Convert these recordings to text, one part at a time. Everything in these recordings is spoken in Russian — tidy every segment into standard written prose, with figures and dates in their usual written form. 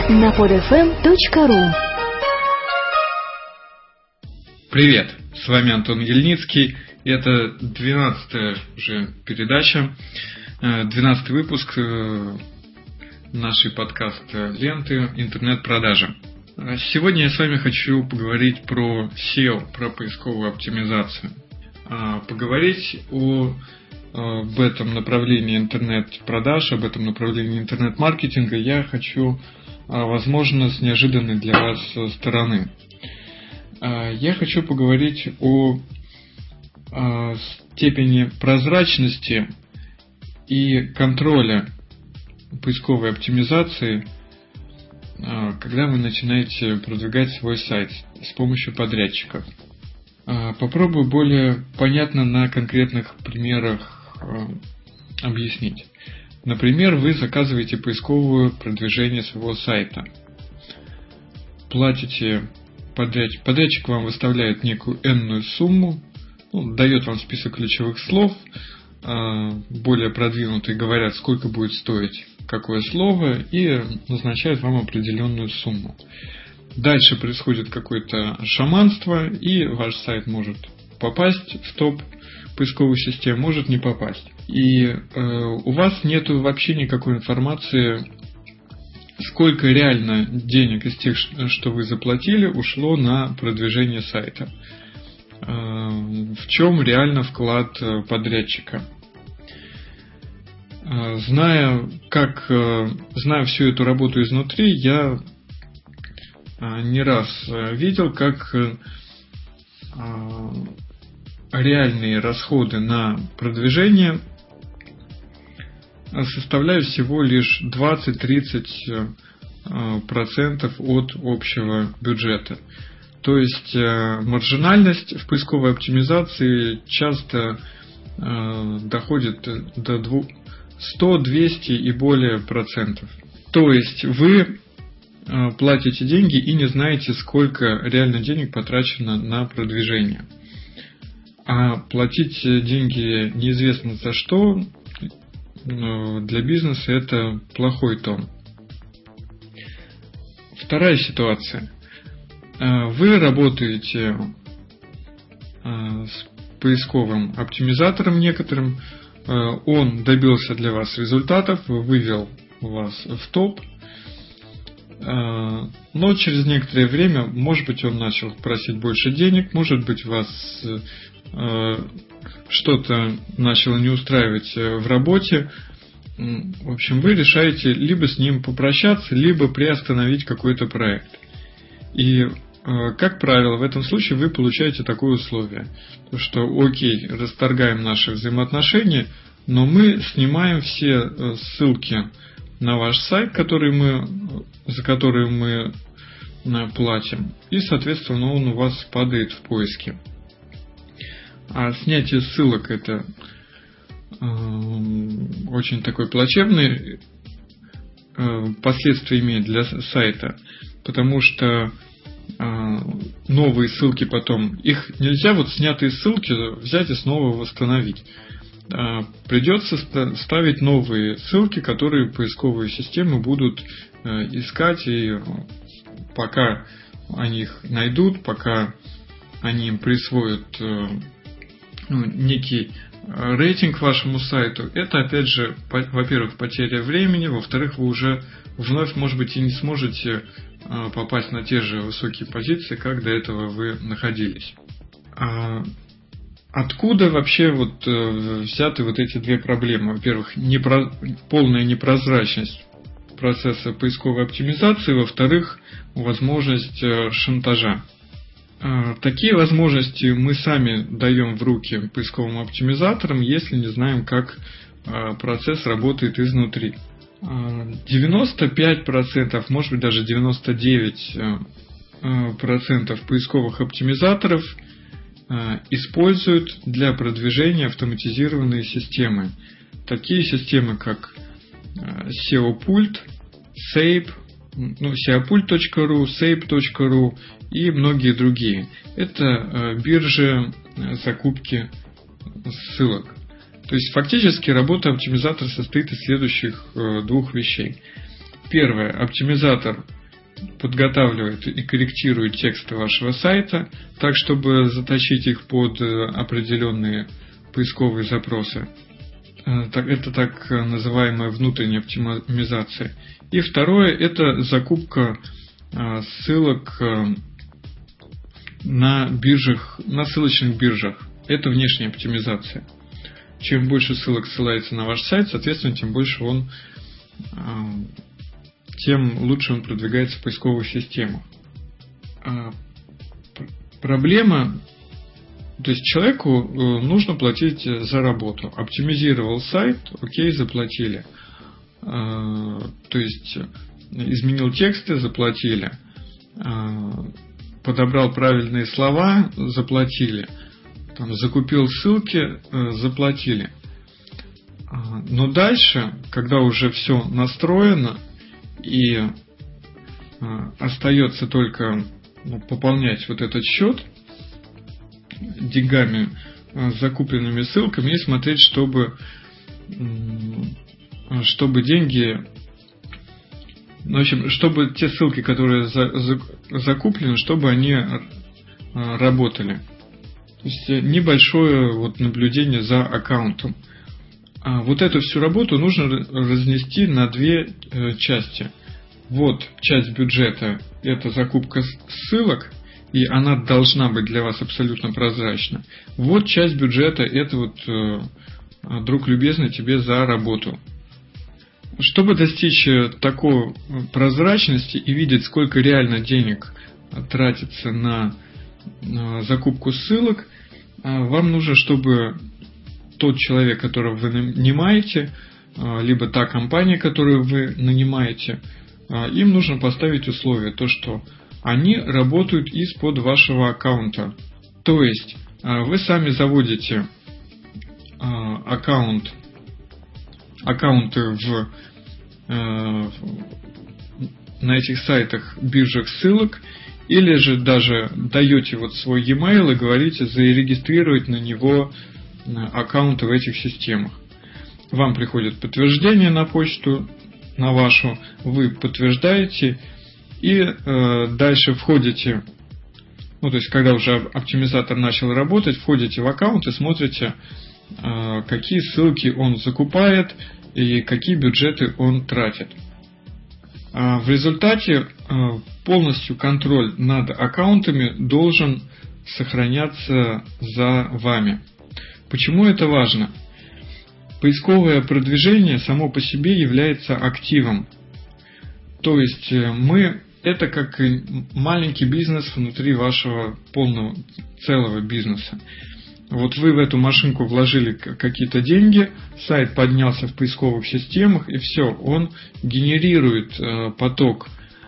на podfm.ru. Привет, с вами Антон Ельницкий. Это 12-я уже передача, 12-й выпуск нашей подкаст-ленты «Интернет-продажи». Сегодня я с вами хочу поговорить про SEO, про поисковую оптимизацию. Поговорить об этом направлении интернет-продаж, об этом направлении интернет-маркетинга я хочу, возможно, с неожиданной для вас стороны. Я хочу поговорить о степени прозрачности и контроля поисковой оптимизации, когда вы начинаете продвигать свой сайт с помощью подрядчиков. Попробую более понятно на конкретных примерах объяснить. Например, вы заказываете поисковое продвижение своего сайта. Платите подрядчик вам выставляет некую энную сумму, дает вам список ключевых слов, более продвинутые говорят, сколько будет стоить какое слово, и назначают вам определенную сумму. Дальше происходит какое-то шаманство, и ваш сайт может попасть в топ поисковой системы, может не попасть. И у вас нет вообще никакой информации, сколько реально денег из тех, что вы заплатили, ушло на продвижение сайта. В чем реально вклад подрядчика. Зная всю эту работу изнутри, я не раз видел, как реальные расходы на продвижение составляют всего лишь 20-30% от общего бюджета. То есть маржинальность в поисковой оптимизации часто доходит до 100, 200 и более процентов. То есть вы платите деньги и не знаете, сколько реально денег потрачено на продвижение. А платить деньги неизвестно за что, для бизнеса это плохой тон. Вторая ситуация. Вы работаете с поисковым оптимизатором некоторым, он добился для вас результатов, вывел вас в топ, но через некоторое время, может быть, он начал просить больше денег, может быть, вас что-то начало не устраивать в работе. В общем, вы решаете либо с ним попрощаться, либо приостановить какой-то проект. И, как правило, в этом случае вы получаете такое условие, что окей, расторгаем наши взаимоотношения, но мы снимаем все ссылки на ваш сайт, за которые мы платим, и, соответственно, он у вас падает в поиске. А снятие ссылок это очень такой плачевный последствия имеет для сайта, потому что новые ссылки потом, их нельзя снятые ссылки взять и снова восстановить. Придется ставить новые ссылки, которые поисковые системы будут искать, и пока они их найдут, пока они им присвоят некий рейтинг вашему сайту, это опять же, во-первых, потеря времени, во-вторых, вы уже вновь, может быть, и не сможете попасть на те же высокие позиции, как до этого вы находились. Откуда вообще взяты эти две проблемы? Во-первых, полная непрозрачность процесса поисковой оптимизации, во-вторых, возможность шантажа. Такие возможности мы сами даем в руки поисковым оптимизаторам, если не знаем, как процесс работает изнутри. 95%, может быть даже 99% поисковых оптимизаторов используют для продвижения автоматизированные системы. Такие системы, как SEOpult, Sape, SEOpult.ru, Sape.ru и многие другие. Это биржи закупки ссылок. То есть фактически работа оптимизатора состоит из следующих двух вещей. Первое. Оптимизатор подготавливает и корректирует тексты вашего сайта, так, чтобы затащить их под определенные поисковые запросы. Это так называемая внутренняя оптимизация. И второе – это закупка ссылок на биржах, на ссылочных биржах. Это внешняя оптимизация. Чем больше ссылок ссылается на ваш сайт, соответственно, тем лучше он продвигается в поисковых системах. Проблема, то есть человеку нужно платить за работу. Оптимизировал сайт, окей, заплатили. То есть изменил тексты, заплатили. Подобрал правильные слова, заплатили. Закупил ссылки, заплатили. Но дальше, когда уже все настроено и остается только пополнять вот этот счет деньгами, закупленными ссылками, и смотреть, чтобы деньги, в общем, чтобы те ссылки, которые закуплены, чтобы они работали. То есть небольшое наблюдение за аккаунтом. Вот эту всю работу нужно разнести на две части. Вот часть бюджета – это закупка ссылок, и она должна быть для вас абсолютно прозрачна. Вот часть бюджета – это друг любезный, тебе за работу. Чтобы достичь такой прозрачности и видеть, сколько реально денег тратится на закупку ссылок, вам нужно, чтобы тот человек, которого вы нанимаете, либо та компания, которую вы нанимаете, им нужно поставить условие, то что они работают из-под вашего аккаунта. То есть вы сами заводите аккаунты на этих сайтах, биржах ссылок, или же даже даете свой e-mail и говорите зарегистрировать на него аккаунты в этих системах. Вам приходит подтверждение на почту, на вашу, вы подтверждаете и дальше входите, то есть когда уже оптимизатор начал работать, входите в аккаунт и смотрите, какие ссылки он закупает и какие бюджеты он тратит. В результате полностью контроль над аккаунтами должен сохраняться за вами. Почему это важно? Поисковое продвижение само по себе является активом. То есть это как маленький бизнес внутри вашего полного целого бизнеса. Вот вы в эту машинку вложили какие-то деньги, сайт поднялся в поисковых системах, и все, он генерирует поток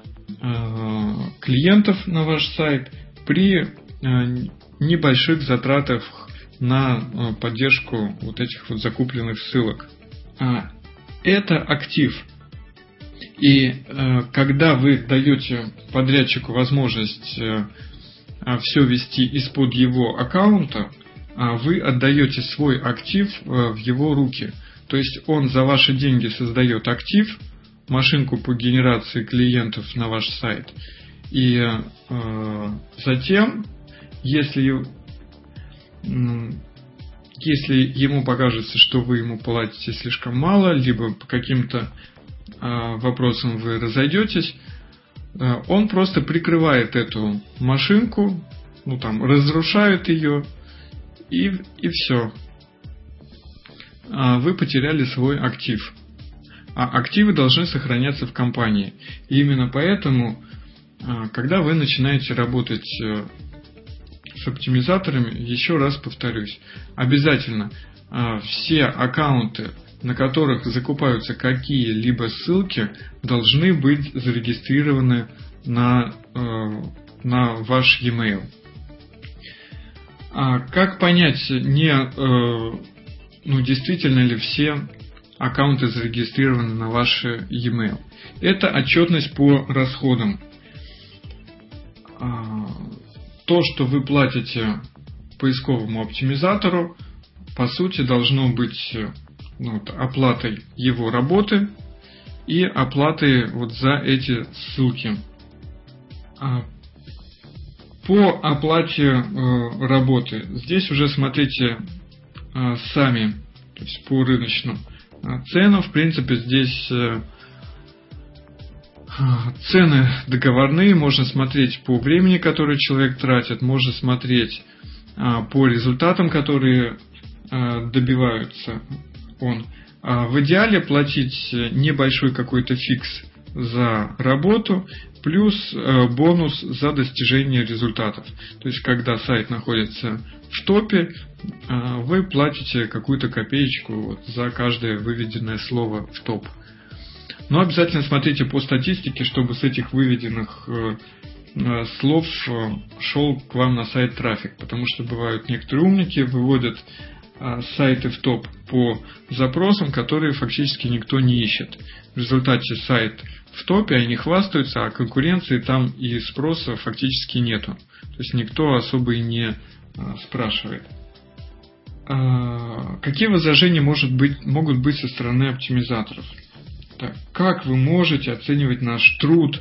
клиентов на ваш сайт при небольших затратах на поддержку этих закупленных ссылок. Это актив. И когда вы даете подрядчику возможность все вести из-под его аккаунта, вы отдаете свой актив в его руки. То есть он за ваши деньги создает актив, машинку по генерации клиентов на ваш сайт. И затем, если ему покажется, что вы ему платите слишком мало, либо по каким-то вопросам вы разойдетесь, он просто прикрывает эту машинку, разрушает ее, и все. Вы потеряли свой актив. А активы должны сохраняться в компании. И именно поэтому, когда вы начинаете работать с оптимизаторами, еще раз повторюсь, обязательно все аккаунты, на которых закупаются какие-либо ссылки, должны быть зарегистрированы на ваш e-mail. Как понять, действительно ли все аккаунты зарегистрированы на ваш e-mail? Это отчетность по расходам. То, что вы платите поисковому оптимизатору, по сути, должно быть оплатой его работы и оплатой за эти ссылки. По оплате работы. Здесь уже смотрите сами, то есть по рыночным ценам. В принципе, здесь цены договорные. Можно смотреть по времени, которое человек тратит. Можно смотреть по результатам, которые добиваются он. В идеале платить небольшой какой-то фикс за работу, плюс бонус за достижение результатов. То есть, когда сайт находится в топе, вы платите какую-то копеечку за каждое выведенное слово в топ. Но обязательно смотрите по статистике, чтобы с этих выведенных слов шел к вам на сайт трафик. Потому что бывают некоторые умники, выводят сайты в топ по запросам, которые фактически никто не ищет. В результате сайт в топе, они хвастаются, а конкуренции там и спроса фактически нету. То есть никто особо и не спрашивает. Какие возражения могут быть со стороны оптимизаторов? Так, как вы можете оценивать наш труд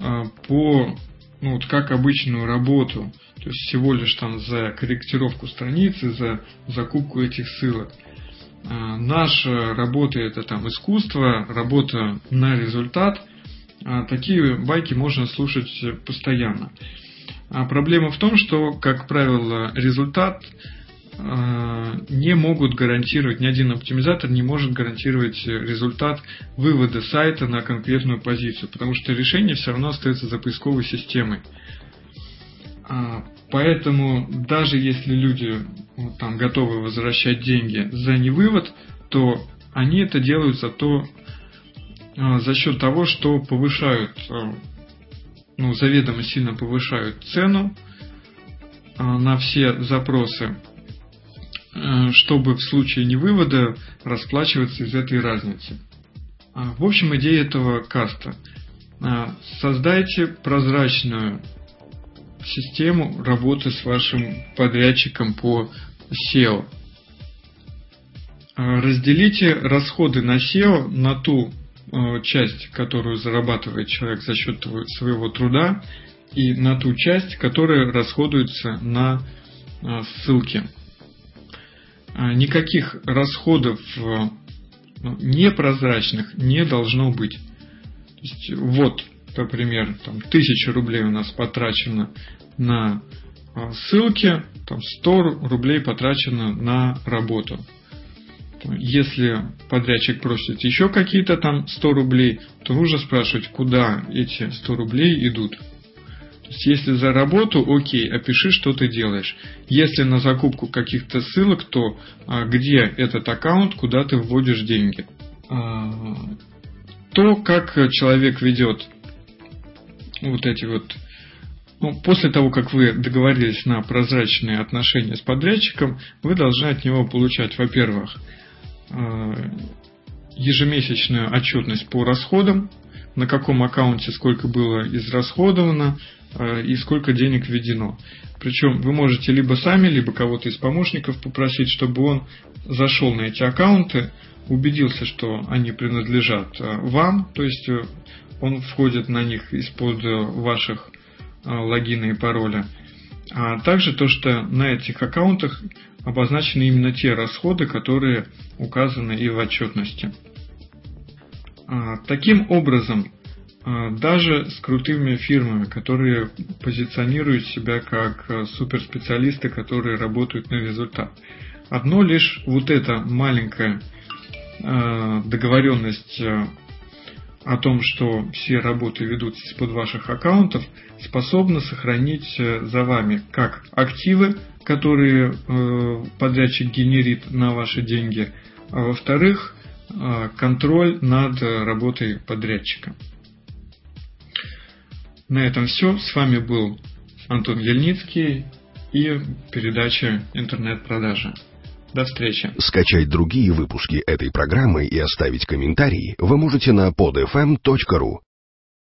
как обычную работу? То есть всего лишь там за корректировку страницы, за закупку этих ссылок. Наша работа — это там искусство, работа на результат. Такие байки можно слушать постоянно. Проблема в том, что, как правило, результат не могут гарантировать, ни один оптимизатор не может гарантировать результат вывода сайта на конкретную позицию, потому что решение все равно остается за поисковой системой. Поэтому даже если люди готовы возвращать деньги за невывод, то они это делают за счет того, что повышают, заведомо сильно повышают цену на все запросы, чтобы в случае невывода расплачиваться из этой разницы. В общем, идея этого каста. Создайте прозрачную систему работы с вашим подрядчиком по SEO. Разделите расходы на SEO на ту часть, которую зарабатывает человек за счет своего труда, и на ту часть, которая расходуется на ссылки. Никаких расходов непрозрачных не должно быть. То есть, например, 1000 рублей у нас потрачено на ссылки, 100 рублей потрачено на работу. Если подрядчик просит еще какие-то 100 рублей, то нужно спрашивать, куда эти 100 рублей идут. То есть, если за работу, окей, опиши, что ты делаешь. Если на закупку каких-то ссылок, то где этот аккаунт, куда ты вводишь деньги. То, как человек ведет после того, как вы договорились на прозрачные отношения с подрядчиком, вы должны от него получать, во-первых, ежемесячную отчетность по расходам, на каком аккаунте сколько было израсходовано и сколько денег введено. Причем вы можете либо сами, либо кого-то из помощников попросить, чтобы он зашел на эти аккаунты, убедился, что они принадлежат вам, то есть он входит на них из-под ваших логина и пароля. А также то, что на этих аккаунтах обозначены именно те расходы, которые указаны и в отчетности. Таким образом, даже с крутыми фирмами, которые позиционируют себя как суперспециалисты, которые работают на результат, одно лишь эта маленькая договоренность о том, что все работы ведутся из-под ваших аккаунтов, способна сохранить за вами как активы, которые подрядчик генерит на ваши деньги, а во-вторых, контроль над работой подрядчика. На этом все. С вами был Антон Ельницкий и передача «Интернет-продажи». До встречи. Скачать другие выпуски этой программы и оставить комментарии вы можете на podfm.ru.